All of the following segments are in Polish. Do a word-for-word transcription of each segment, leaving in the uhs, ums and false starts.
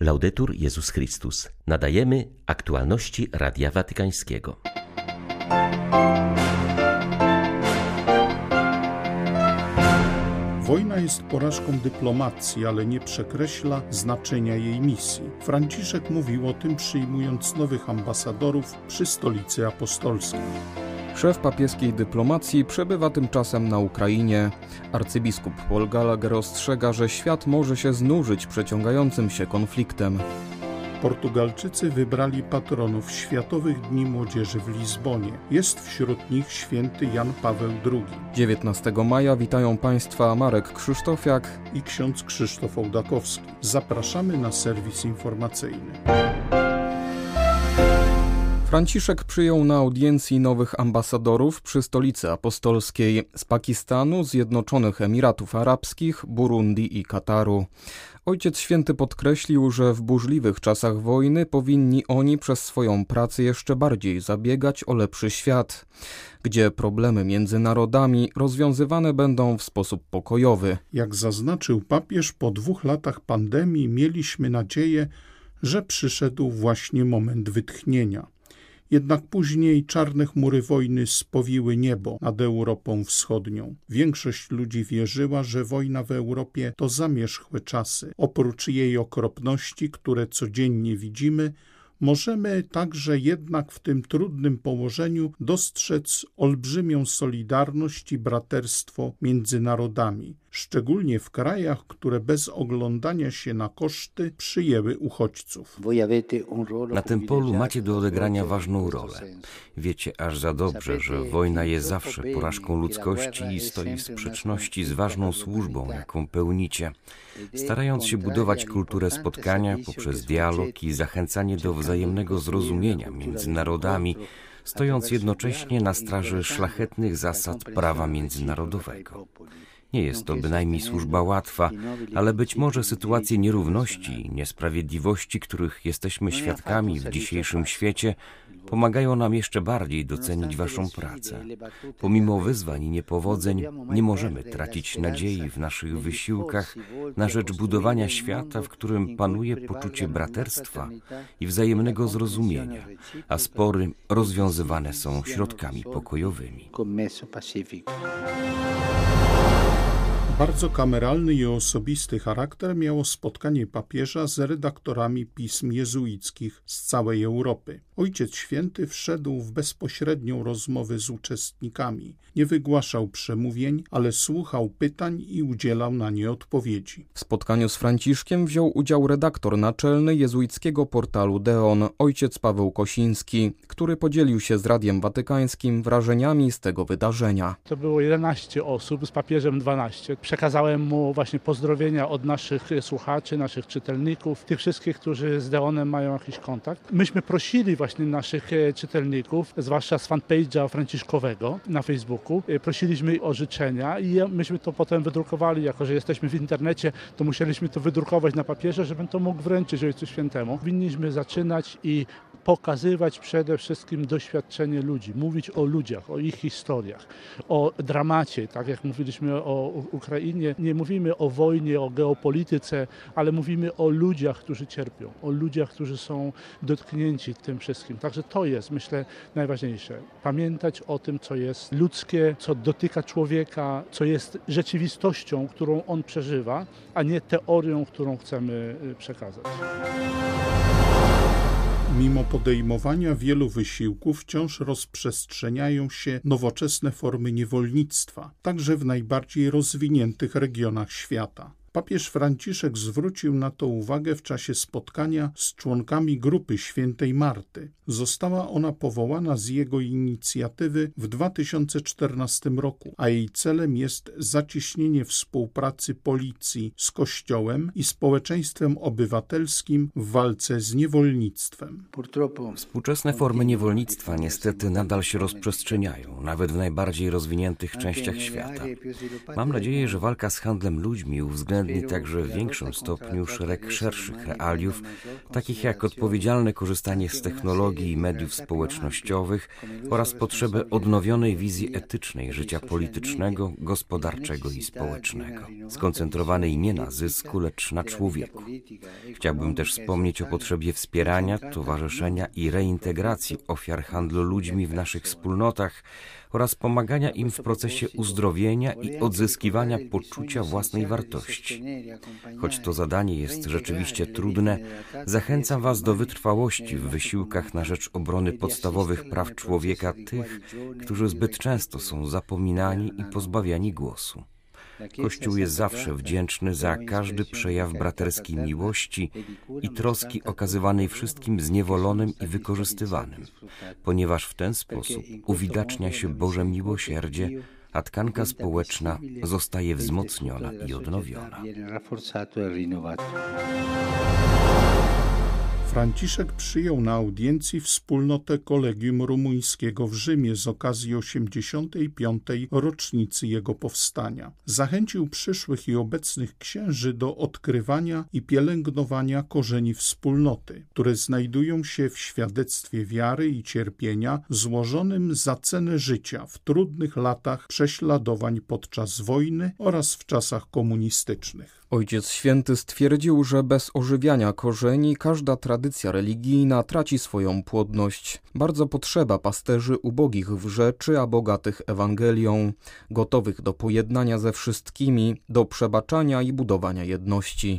Laudetur Jezus Chrystus. Nadajemy aktualności Radia Watykańskiego. Wojna jest porażką dyplomacji, ale nie przekreśla znaczenia jej misji. Franciszek mówił o tym, przyjmując nowych ambasadorów przy Stolicy Apostolskiej. Szef papieskiej dyplomacji przebywa tymczasem na Ukrainie. Arcybiskup Paul Gallagher ostrzega, że świat może się znużyć przeciągającym się konfliktem. Portugalczycy wybrali patronów Światowych Dni Młodzieży w Lizbonie. Jest wśród nich święty Jan Paweł drugi. dziewiętnastego maja witają Państwa Marek Krzysztofiak i ksiądz Krzysztof Ołdakowski. Zapraszamy na serwis informacyjny. Franciszek przyjął na audiencji nowych ambasadorów przy Stolicy Apostolskiej z Pakistanu, Zjednoczonych Emiratów Arabskich, Burundi i Kataru. Ojciec Święty podkreślił, że w burzliwych czasach wojny powinni oni przez swoją pracę jeszcze bardziej zabiegać o lepszy świat, gdzie problemy między narodami rozwiązywane będą w sposób pokojowy. Jak zaznaczył papież, po dwóch latach pandemii mieliśmy nadzieję, że przyszedł właśnie moment wytchnienia. Jednak później czarne chmury wojny spowiły niebo nad Europą Wschodnią. Większość ludzi wierzyła, że wojna w Europie to zamierzchłe czasy. Oprócz jej okropności, które codziennie widzimy, możemy także jednak w tym trudnym położeniu dostrzec olbrzymią solidarność i braterstwo między narodami, szczególnie w krajach, które bez oglądania się na koszty przyjęły uchodźców. Na tym polu macie do odegrania ważną rolę. Wiecie aż za dobrze, że wojna jest zawsze porażką ludzkości i stoi w sprzeczności z ważną służbą, jaką pełnicie. Starając się budować kulturę spotkania poprzez dialog i zachęcanie do wzajemnego zrozumienia między narodami, stojąc jednocześnie na straży szlachetnych zasad prawa międzynarodowego. Nie jest to bynajmniej służba łatwa, ale być może sytuacje nierówności i niesprawiedliwości, których jesteśmy świadkami w dzisiejszym świecie, pomagają nam jeszcze bardziej docenić waszą pracę. Pomimo wyzwań i niepowodzeń nie możemy tracić nadziei w naszych wysiłkach na rzecz budowania świata, w którym panuje poczucie braterstwa i wzajemnego zrozumienia, a spory rozwiązywane są środkami pokojowymi. Bardzo kameralny i osobisty charakter miało spotkanie papieża z redaktorami pism jezuickich z całej Europy. Ojciec Święty wszedł w bezpośrednią rozmowę z uczestnikami. Nie wygłaszał przemówień, ale słuchał pytań i udzielał na nie odpowiedzi. W spotkaniu z Franciszkiem wziął udział redaktor naczelny jezuickiego portalu Deon, ojciec Paweł Kosiński, który podzielił się z Radiem Watykańskim wrażeniami z tego wydarzenia. To było jedenaście osób, z papieżem dwanaście. Przekazałem mu właśnie pozdrowienia od naszych słuchaczy, naszych czytelników, tych wszystkich, którzy z Deonem mają jakiś kontakt. Myśmy prosili właśnie naszych czytelników, zwłaszcza z fanpage'a franciszkowego na Facebooku, prosiliśmy o życzenia i myśmy to potem wydrukowali. Jako że jesteśmy w internecie, to musieliśmy to wydrukować na papierze, żebym to mógł wręczyć Ojcu Świętemu. Powinniśmy zaczynać i pokazywać przede wszystkim doświadczenie ludzi, mówić o ludziach, o ich historiach, o dramacie, tak jak mówiliśmy o Ukrainie. Nie mówimy o wojnie, o geopolityce, ale mówimy o ludziach, którzy cierpią, o ludziach, którzy są dotknięci tym wszystkim. Także to jest, myślę, najważniejsze. Pamiętać o tym, co jest ludzkie, co dotyka człowieka, co jest rzeczywistością, którą on przeżywa, a nie teorią, którą chcemy przekazać. Mimo podejmowania wielu wysiłków wciąż rozprzestrzeniają się nowoczesne formy niewolnictwa, także w najbardziej rozwiniętych regionach świata. Papież Franciszek zwrócił na to uwagę w czasie spotkania z członkami grupy Świętej Marty. Została ona powołana z jego inicjatywy w dwa tysiące czternastym roku, a jej celem jest zacieśnienie współpracy policji z Kościołem i społeczeństwem obywatelskim w walce z niewolnictwem. Współczesne formy niewolnictwa niestety nadal się rozprzestrzeniają, nawet w najbardziej rozwiniętych częściach świata. Mam nadzieję, że walka z handlem ludźmi uwzględni uwzględni także w większym stopniu szereg szerszych realiów, takich jak odpowiedzialne korzystanie z technologii i mediów społecznościowych oraz potrzebę odnowionej wizji etycznej życia politycznego, gospodarczego i społecznego, skoncentrowanej nie na zysku, lecz na człowieku. Chciałbym też wspomnieć o potrzebie wspierania, towarzyszenia i reintegracji ofiar handlu ludźmi w naszych wspólnotach oraz pomagania im w procesie uzdrowienia i odzyskiwania poczucia własnej wartości. Choć to zadanie jest rzeczywiście trudne, zachęcam Was do wytrwałości w wysiłkach na rzecz obrony podstawowych praw człowieka tych, którzy zbyt często są zapominani i pozbawiani głosu. Kościół jest zawsze wdzięczny za każdy przejaw braterskiej miłości i troski okazywanej wszystkim zniewolonym i wykorzystywanym, ponieważ w ten sposób uwidacznia się Boże miłosierdzie, a tkanka społeczna zostaje wzmocniona i odnowiona. Franciszek przyjął na audiencji wspólnotę Kolegium Rumuńskiego w Rzymie z okazji osiemdziesiątej piątej rocznicy jego powstania. Zachęcił przyszłych i obecnych księży do odkrywania i pielęgnowania korzeni wspólnoty, które znajdują się w świadectwie wiary i cierpienia złożonym za cenę życia w trudnych latach prześladowań podczas wojny oraz w czasach komunistycznych. Ojciec Święty stwierdził, że bez ożywiania korzeni każda tradycja religijna traci swoją płodność. Bardzo potrzeba pasterzy ubogich w rzeczy, a bogatych Ewangelią, gotowych do pojednania ze wszystkimi, do przebaczania i budowania jedności.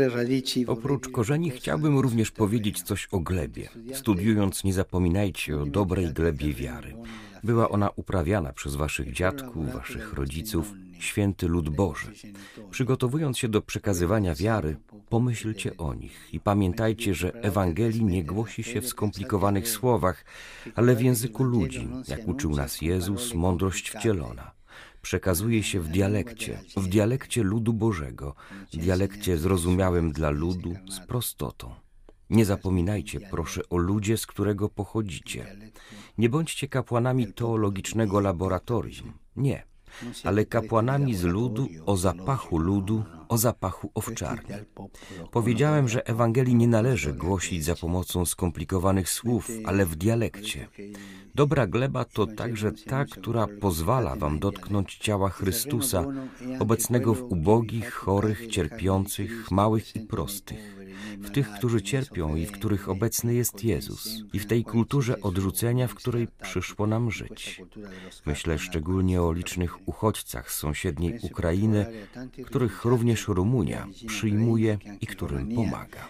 Oprócz korzeni chciałbym również powiedzieć coś o glebie. Studiując, nie zapominajcie o dobrej glebie wiary. Była ona uprawiana przez waszych dziadków, waszych rodziców, święty lud Boży. Przygotowując się do przekazywania wiary, pomyślcie o nich i pamiętajcie, że Ewangelii nie głosi się w skomplikowanych słowach, ale w języku ludzi, jak uczył nas Jezus, mądrość wcielona. Przekazuje się w dialekcie, w dialekcie ludu Bożego, dialekcie zrozumiałym dla ludu z prostotą. Nie zapominajcie, proszę, o ludzie, z którego pochodzicie. Nie bądźcie kapłanami teologicznego laboratorium. Nie. Ale kapłanami z ludu, o zapachu ludu, o zapachu owczarni. Powiedziałem, że Ewangelii nie należy głosić za pomocą skomplikowanych słów, ale w dialekcie. Dobra gleba to także ta, która pozwala wam dotknąć ciała Chrystusa, obecnego w ubogich, chorych, cierpiących, małych i prostych, w tych, którzy cierpią i w których obecny jest Jezus, i w tej kulturze odrzucenia, w której przyszło nam żyć. Myślę szczególnie o licznych uchodźcach z sąsiedniej Ukrainy, których również Rumunia przyjmuje i którym pomaga.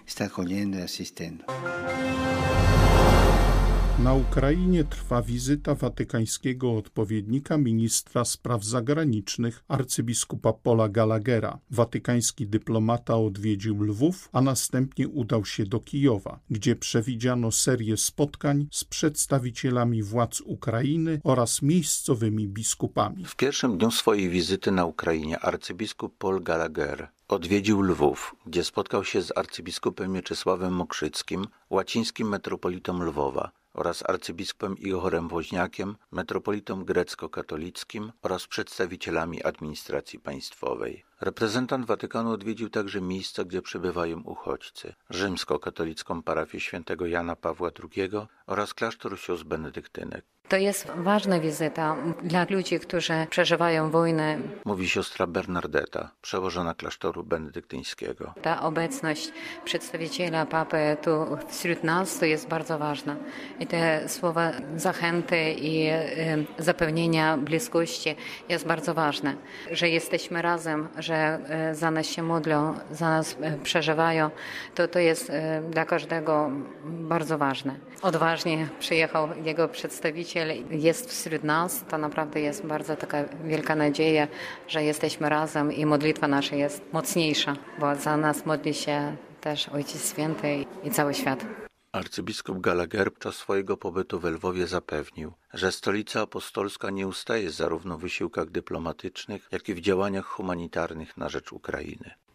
Na Ukrainie trwa wizyta watykańskiego odpowiednika ministra spraw zagranicznych arcybiskupa Paula Gallaghera. Watykański dyplomata odwiedził Lwów, a następnie udał się do Kijowa, gdzie przewidziano serię spotkań z przedstawicielami władz Ukrainy oraz miejscowymi biskupami. W pierwszym dniu swojej wizyty na Ukrainie arcybiskup Paul Gallagher odwiedził Lwów, gdzie spotkał się z arcybiskupem Mieczysławem Mokrzyckim, łacińskim metropolitą Lwowa, oraz arcybiskupem Igorem Woźniakiem, metropolitą grecko-katolickim oraz przedstawicielami administracji państwowej. Reprezentant Watykanu odwiedził także miejsca, gdzie przebywają uchodźcy, rzymskokatolicką parafię świętego Jana Pawła drugiego oraz klasztor sióstr benedyktynek. To jest ważna wizyta dla ludzi, którzy przeżywają wojnę. Mówi siostra Bernardeta, przełożona klasztoru benedyktyńskiego. Ta obecność przedstawiciela papy tu wśród nas to jest bardzo ważna. I te słowa zachęty i zapewnienia bliskości jest bardzo ważne. Że jesteśmy razem, że za nas się modlą, za nas przeżywają, to to jest dla każdego bardzo ważne. Odważnie przyjechał jego przedstawiciel, jest wśród nas, to naprawdę jest bardzo taka wielka nadzieja, że jesteśmy razem i modlitwa nasza jest mocniejsza, bo za nas modli się też Ojciec Święty i cały świat. Arcybiskup Gallagher podczas swojego pobytu w Lwowie zapewnił, że Stolica Apostolska nie ustaje zarówno w wysiłkach dyplomatycznych, jak i w działaniach humanitarnych na rzecz Ukrainy.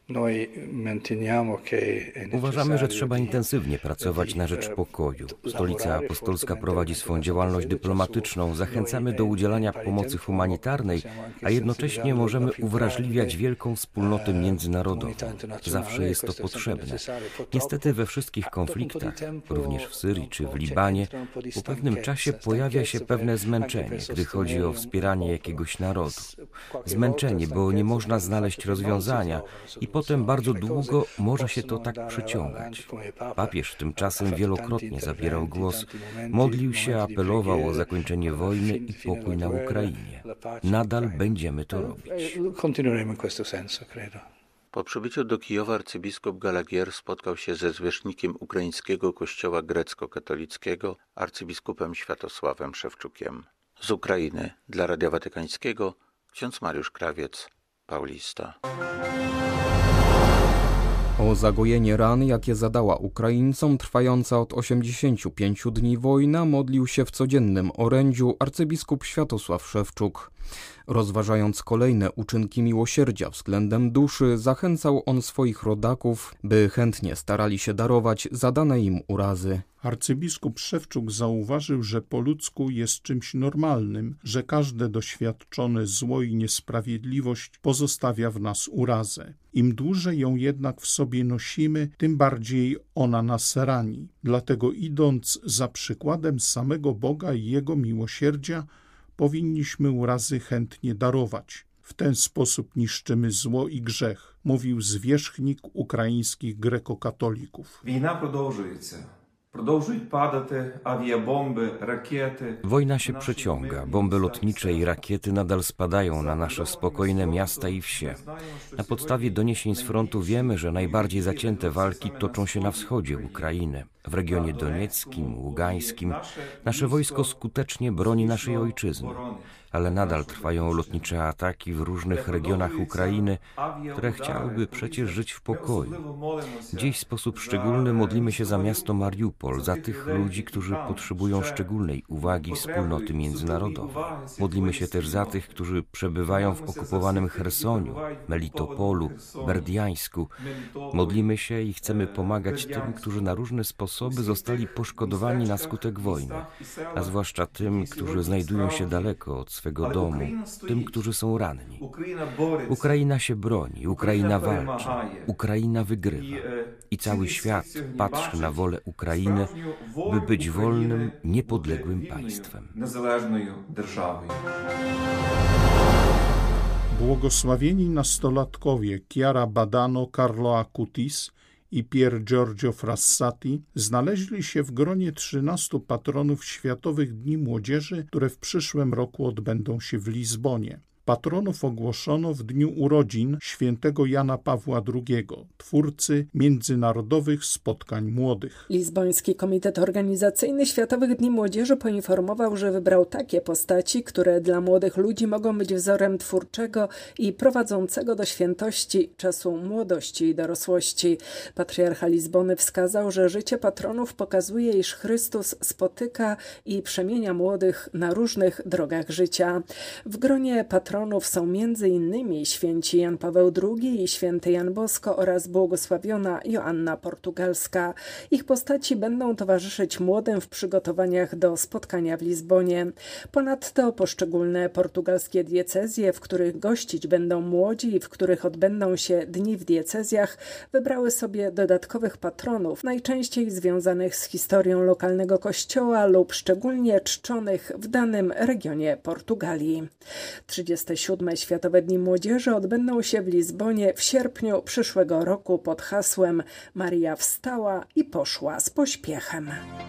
Uważamy, że trzeba intensywnie pracować na rzecz pokoju. Stolica Apostolska prowadzi swą działalność dyplomatyczną, zachęcamy do udzielania pomocy humanitarnej, a jednocześnie możemy uwrażliwiać wielką wspólnotę międzynarodową. Zawsze jest to potrzebne. Niestety we wszystkich konfliktach, również w Syrii czy w Libanie, po pewnym czasie pojawia się pewne zmęczenie, gdy chodzi o wspieranie jakiegoś narodu. Zmęczenie, bo nie można znaleźć rozwiązania i potem bardzo długo może się to tak przyciągać. Papież tymczasem wielokrotnie zabierał głos, modlił się, apelował o zakończenie wojny i pokój na Ukrainie. Nadal będziemy to robić. Po przybyciu do Kijowa arcybiskup Gallagher spotkał się ze zwierzchnikiem ukraińskiego kościoła grecko-katolickiego, arcybiskupem Światosławem Szewczukiem. Z Ukrainy dla Radia Watykańskiego ksiądz Mariusz Krawiec, Paulista. O zagojenie ran, jakie zadała Ukraińcom trwająca od osiemdziesięciu pięciu dni wojna, modlił się w codziennym orędziu arcybiskup Światosław Szewczuk. Rozważając kolejne uczynki miłosierdzia względem duszy, zachęcał on swoich rodaków, by chętnie starali się darować zadane im urazy. Arcybiskup Szewczuk zauważył, że po ludzku jest czymś normalnym, że każde doświadczone zło i niesprawiedliwość pozostawia w nas urazę. Im dłużej ją jednak w sobie nosimy, tym bardziej ona nas rani. Dlatego idąc za przykładem samego Boga i Jego miłosierdzia, powinniśmy urazy chętnie darować. W ten sposób niszczymy zło i grzech, mówił zwierzchnik ukraińskich grekokatolików. Wojna продовжує. Продовжують падати авіабомби, ракети. Wojna się przeciąga. Bomby lotnicze i rakiety nadal spadają na nasze spokojne miasta i wsie. Na podstawie doniesień z frontu wiemy, że najbardziej zacięte walki toczą się na wschodzie Ukrainy. W regionie donieckim, ługańskim nasze wojsko skutecznie broni naszej ojczyzny, ale nadal trwają lotnicze ataki w różnych regionach Ukrainy, które chciałyby przecież żyć w pokoju. Dziś w sposób szczególny modlimy się za miasto Mariupol, za tych ludzi, którzy potrzebują szczególnej uwagi wspólnoty międzynarodowej. Modlimy się też za tych, którzy przebywają w okupowanym Chersoniu, Melitopolu, Berdiańsku. Modlimy się i chcemy pomagać tym, którzy na różne sposoby zostali poszkodowani na skutek wojny, a zwłaszcza tym, którzy znajdują się daleko od swego domu, tym, którzy są ranni. Ukraina się broni, Ukraina walczy, Ukraina wygrywa i cały świat patrzy na wolę Ukrainy, by być wolnym, niepodległym państwem. Błogosławieni nastolatkowie Chiara Badano, Carlo Acutis i Pier Giorgio Frassati znaleźli się w gronie trzynastu patronów Światowych Dni Młodzieży, które w przyszłym roku odbędą się w Lizbonie. Patronów ogłoszono w dniu urodzin świętego Jana Pawła drugiego, twórcy międzynarodowych spotkań młodych. Lizboński Komitet Organizacyjny Światowych Dni Młodzieży poinformował, że wybrał takie postaci, które dla młodych ludzi mogą być wzorem twórczego i prowadzącego do świętości czasu młodości i dorosłości. Patriarcha Lizbony wskazał, że życie patronów pokazuje, iż Chrystus spotyka i przemienia młodych na różnych drogach życia. W gronie patronów Patronów są między innymi święci Jan Paweł drugi i święty Jan Bosko oraz błogosławiona Joanna Portugalska. Ich postaci będą towarzyszyć młodym w przygotowaniach do spotkania w Lizbonie. Ponadto poszczególne portugalskie diecezje, w których gościć będą młodzi i w których odbędą się dni w diecezjach, wybrały sobie dodatkowych patronów, najczęściej związanych z historią lokalnego kościoła lub szczególnie czczonych w danym regionie Portugalii. trzydzieste siódme Światowe Dni Młodzieży odbędą się w Lizbonie w sierpniu przyszłego roku pod hasłem Maria wstała i poszła z pośpiechem.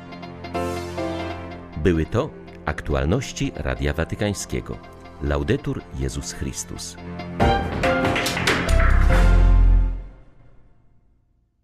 Były to aktualności Radia Watykańskiego. Laudetur Jezus Chrystus.